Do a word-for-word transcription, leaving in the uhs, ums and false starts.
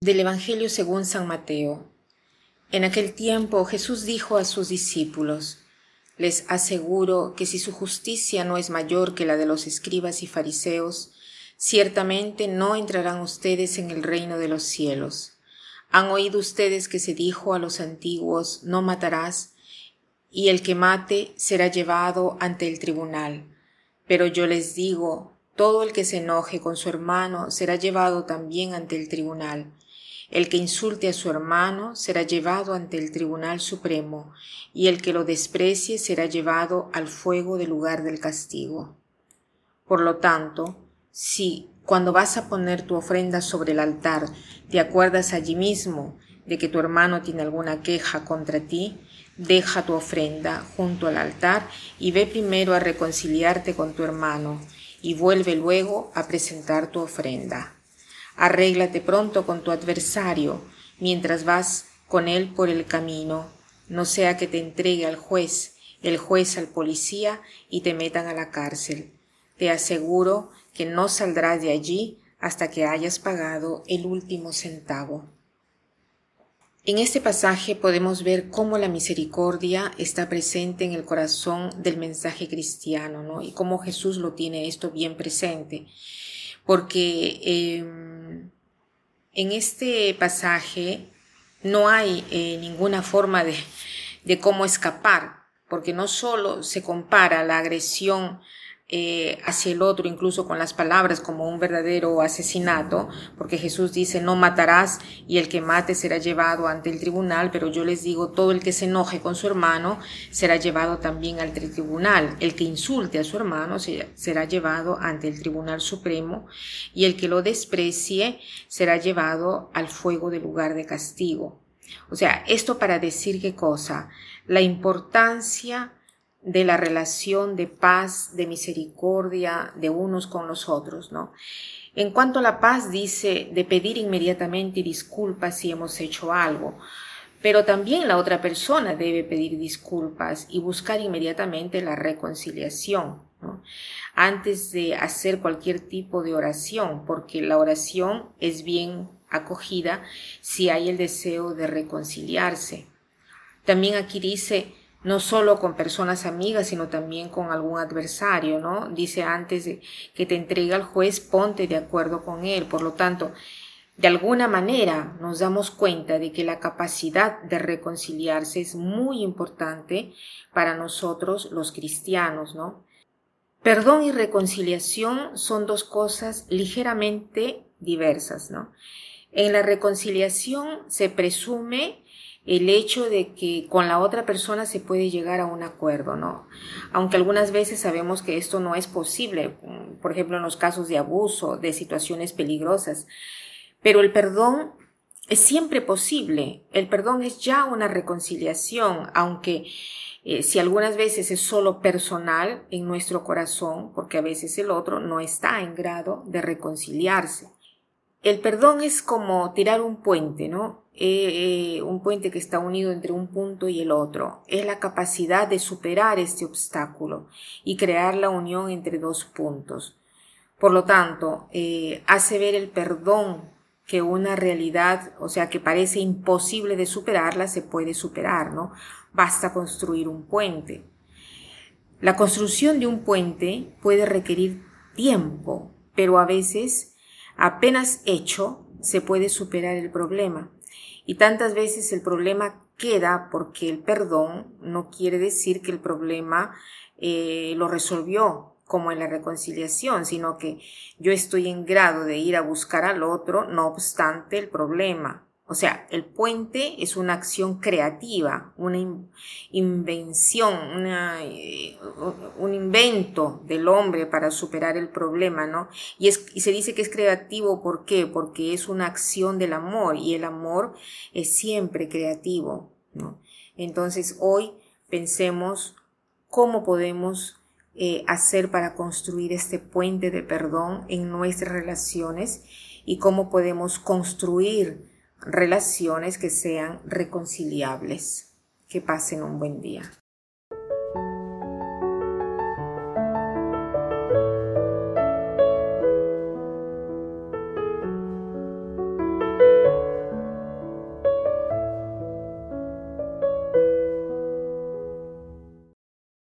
Del Evangelio según San Mateo. En aquel tiempo Jesús dijo a sus discípulos: Les aseguro que si su justicia no es mayor que la de los escribas y fariseos, ciertamente no entrarán ustedes en el reino de los cielos. Han oído ustedes que se dijo a los antiguos: no matarás, y el que mate será llevado ante el tribunal. Pero yo les digo, todo el que se enoje con su hermano será llevado también ante el tribunal. El que insulte a su hermano será llevado ante el Tribunal Supremo, y el que lo desprecie será llevado al fuego del lugar del castigo. Por lo tanto, si cuando vas a poner tu ofrenda sobre el altar te acuerdas allí mismo de que tu hermano tiene alguna queja contra ti, deja tu ofrenda junto al altar y ve primero a reconciliarte con tu hermano, y vuelve luego a presentar tu ofrenda. Arréglate pronto con tu adversario mientras vas con él por el camino, no sea que te entregue al juez, el juez al policía y te metan a la cárcel. Te aseguro que no saldrás de allí hasta que hayas pagado el último centavo. En este pasaje podemos ver cómo la misericordia está presente en el corazón del mensaje cristiano, ¿no? Y cómo Jesús lo tiene esto bien presente. Porque eh, en este pasaje no hay eh, ninguna forma de, de cómo escapar, porque no solo se compara la agresión eh, hacia el otro, incluso con las palabras, como un verdadero asesinato, porque Jesús dice: no matarás, y el que mate será llevado ante el tribunal, pero yo les digo, todo el que se enoje con su hermano será llevado también al tribunal. El que insulte a su hermano será llevado ante el Tribunal Supremo, y el que lo desprecie será llevado al fuego del lugar de castigo. O sea, esto para decir qué cosa: la importancia de la relación de paz, de misericordia de unos con los otros, ¿no? En cuanto a la paz, dice de pedir inmediatamente disculpas si hemos hecho algo, pero también la otra persona debe pedir disculpas y buscar inmediatamente la reconciliación, ¿no? Antes de hacer cualquier tipo de oración, porque la oración es bien acogida si hay el deseo de reconciliarse. También aquí dice, no solo con personas amigas, sino también con algún adversario, ¿no? Dice, antes de que te entregue al juez, ponte de acuerdo con él. Por lo tanto, de alguna manera nos damos cuenta de que la capacidad de reconciliarse es muy importante para nosotros los cristianos, ¿no? Perdón y reconciliación son dos cosas ligeramente diversas, ¿no? En la reconciliación se presume el hecho de que con la otra persona se puede llegar a un acuerdo, ¿no? Aunque algunas veces sabemos que esto no es posible, por ejemplo en los casos de abuso, de situaciones peligrosas. Pero el perdón es siempre posible. El perdón es ya una reconciliación, aunque eh, si algunas veces es solo personal en nuestro corazón, porque a veces el otro no está en grado de reconciliarse. El perdón es como tirar un puente, ¿no? Eh, eh, un puente que está unido entre un punto y el otro. Es la capacidad de superar este obstáculo y crear la unión entre dos puntos. Por lo tanto, eh, hace ver el perdón que una realidad, o sea, que parece imposible de superarla, se puede superar, ¿no? Basta construir un puente. La construcción de un puente puede requerir tiempo, pero a veces apenas hecho, se puede superar el problema. Y tantas veces el problema queda porque el perdón no quiere decir que el problema eh, lo resolvió como en la reconciliación, sino que yo estoy en grado de ir a buscar al otro, no obstante el problema. O sea, el puente es una acción creativa, una in- invención, una, eh, un invento del hombre para superar el problema, ¿no? Y, es, y se dice que es creativo, ¿por qué? Porque es una acción del amor, y el amor es siempre creativo, ¿no? Entonces, hoy pensemos cómo podemos eh, hacer para construir este puente de perdón en nuestras relaciones, y cómo podemos construir relaciones que sean reconciliables. Que pasen un buen día.